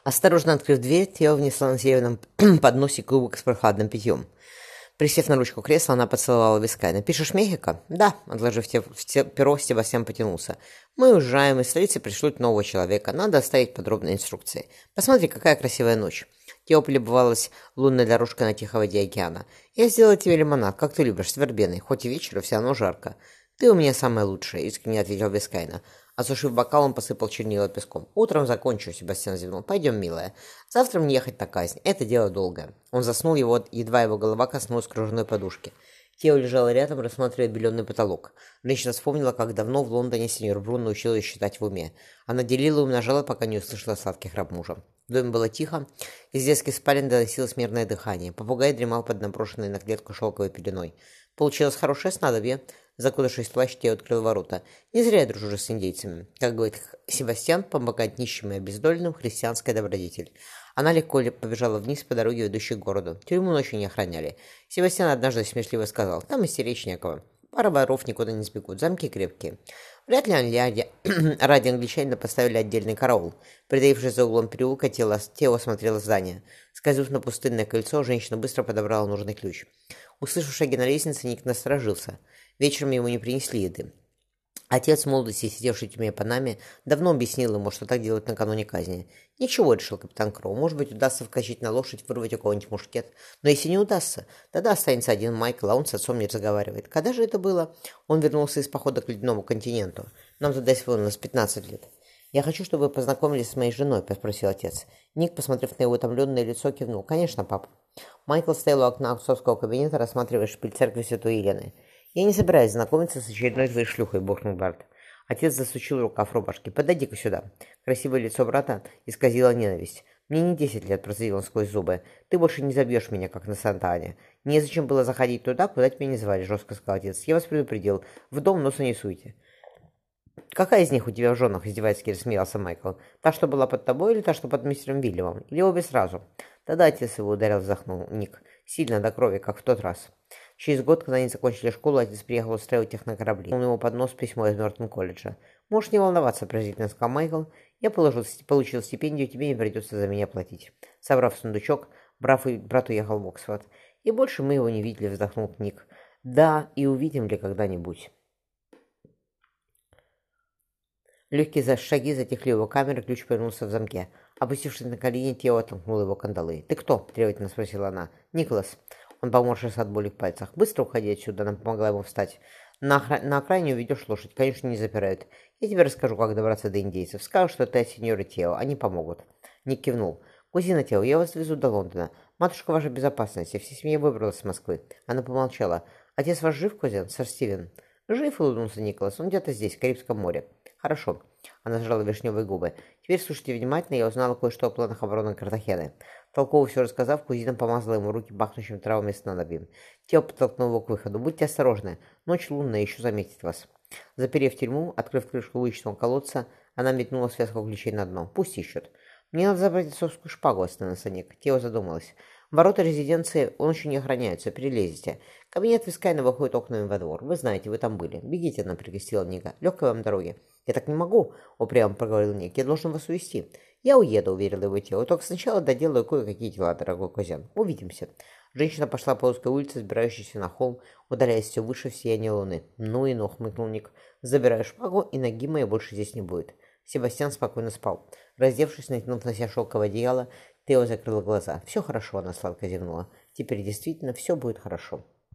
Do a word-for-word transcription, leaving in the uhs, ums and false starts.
Осторожно открыв дверь, Тео внесла на северном подносе кубок с прохладным питьем. Присев на ручку кресла, она поцеловала Вискайна. «Пишешь Мехико?» «Да», — отложив те, те, перо, Себастьян потянулся. «Мы уезжаем, из столицы пришлют нового человека. Надо оставить подробные инструкции. Посмотри, какая красивая ночь». Тео полюбовалась лунной дорожкой на тихой воде океана. «Я сделала тебе лимонад, как ты любишь, с вербеной, хоть и вечером все равно жарко». «Ты у меня самая лучшая», — искренне ответил Вискайна. Осушив бокал, он посыпал чернила песком. «Утром закончу», — Себастьян зевнул. «Пойдем, милая. Завтра мне ехать на казнь. Это дело долгое». Он заснул, его, едва его голова коснулась кружевной подушки. Тео лежала рядом, рассматривая беленый потолок. Женщина вспомнила, как давно в Лондоне сеньор Брун научил ее считать в уме. Она делила и умножала, пока не услышала сладкий храп мужа. В доме было тихо, из детских спален доносилось мирное дыхание. Попугай дремал под наброшенной на клетку шелковой пеленой. Получилось хорошее снадобье. Закутавшись в плащ, Тео открыл ворота. «Не зря я дружу с индейцами. Как говорит Себастьян, помогать нищим и обездоленным — христианская добродетель». Она легко побежала вниз по дороге, ведущей к городу. Тюрьму ночью не охраняли. Себастьян однажды смешливо сказал: «Там и стеречь некого. Пара воров никуда не сбегут, замки крепкие». Вряд ли они ради англичанина поставили отдельный караул. Притаившись за углом переулка, тело, тело смотрело здание. Скользнув на пустынное кольцо, женщина быстро подобрала нужный ключ. Услышав шаги на лестнице, Ник насторожился. Вечером ему не принесли еды. Отец молодости, сидевший в тюрьме Панаме, давно объяснил ему, что так делать накануне казни. «Ничего», — решил капитан Кроу, — «может быть, удастся вскочить на лошадь, вырвать у кого-нибудь мушкет. Но если не удастся, тогда останется один Майкл, а он с отцом не разговаривает». «Когда же это было?» Он вернулся из похода к ледяному континенту. «Нам туда исполнилось пятнадцать лет». «Я хочу, чтобы вы познакомились с моей женой», — спросил отец. Ник, посмотрев на его утомленное лицо, кивнул. «Конечно, папа». Майкл стоял у окна отцовского кабинета, рассматривая шпиль церкви Святой Елены. «Я не собираюсь знакомиться с очередной твоей шлюхой», — буркнул Барт. Отец засучил рукав рубашки. «Подойди-ка сюда». Красивое лицо брата исказило ненависть. «Мне не десять лет», — процедил он сквозь зубы. «Ты больше не забьешь меня, как на Санта-Ане. Незачем было заходить туда, куда тебя не звали», — жестко сказал отец. «Я вас предупредил. В дом носа не суйте». «Какая из них у тебя в женах?» — издевательски рассмеялся Майкл. «Та, что была под тобой, или та, что под мистером Вильямом? Или обе сразу?» «Тогда отец его ударил», — вздохнул Ник. «Сильно, до крови, как в тот раз». Через год, когда они закончили школу, отец приехал устраивать их на корабли. Он ему поднос письмо из Мёртон колледжа. «Можешь не волноваться», — презрительно сказал Майкл. «Я положил, получил стипендию, тебе не придется за меня платить». Собрав сундучок, брат, брат уехал в Оксфорд. «И больше мы его не видели», — вздохнул Ник. «Да, и увидим ли когда-нибудь». Легкие шаги затихли у его камеры, ключ повернулся в замке. Опустившись на колени, Тео оттолкнул его кандалы. «Ты кто?» — требовательно спросила она. «Николас». Он поморщился от боли в пальцах. «Быстро уходи отсюда», — она помогла ему встать. «На, охра... на окраине уведешь лошадь, конечно, не запирают. Я тебе расскажу, как добраться до индейцев. Скажу, что ты от сеньора Тео, они помогут». Ник кивнул. «Кузина Тео, я вас везу до Лондона. Матушка ваша безопасности, вся семья выбралась с Москвы». Она помолчала. «Отец ваш жив, кузен, сэр Стивен?» «Жив», — улыбнулся Николас. «Он где-то здесь, в Карибском море». «Хорошо». Она сжала вишневые губы. «Теперь слушайте внимательно, я узнала кое-что о планах обороны Картахены». Толково все рассказав, кузина помазала ему руки пахнущим травами с снадобьем. Тео подтолкнул его к выходу. «Будьте осторожны. Ночь лунная еще заметит вас». Заперев тюрьму, открыв крышку лычного колодца, она метнула связку ключей на дно. «Пусть ищут». «Мне надо забрать отцовскую шпагу», — остановился Ник. Тео задумалась. «Ворота резиденции он еще не охраняются. Перелезете. Кабинет Вискайна выходит окнами во двор. Вы знаете, вы там были. Бегите», — она прикрестила Ника. «Легкой вам дороги». «Я так не могу», — упрямо проговорил Ник. «Я должен вас увезти». «Я уеду», — уверил его Тео. «Только сначала доделаю кое-какие дела, дорогой кузен. Увидимся». Женщина пошла по узкой улице, сбирающейся на холм, удаляясь все выше в сияние луны. «Ну и ну», — хмыкнул Ник. «Забираю шпагу, и ноги моей больше здесь не будет». Себастьян спокойно спал. Раздевшись, натянув на себя шелковое одеяло, Тео закрыла глаза. «Все хорошо», — она сладко зевнула. «Теперь действительно все будет хорошо».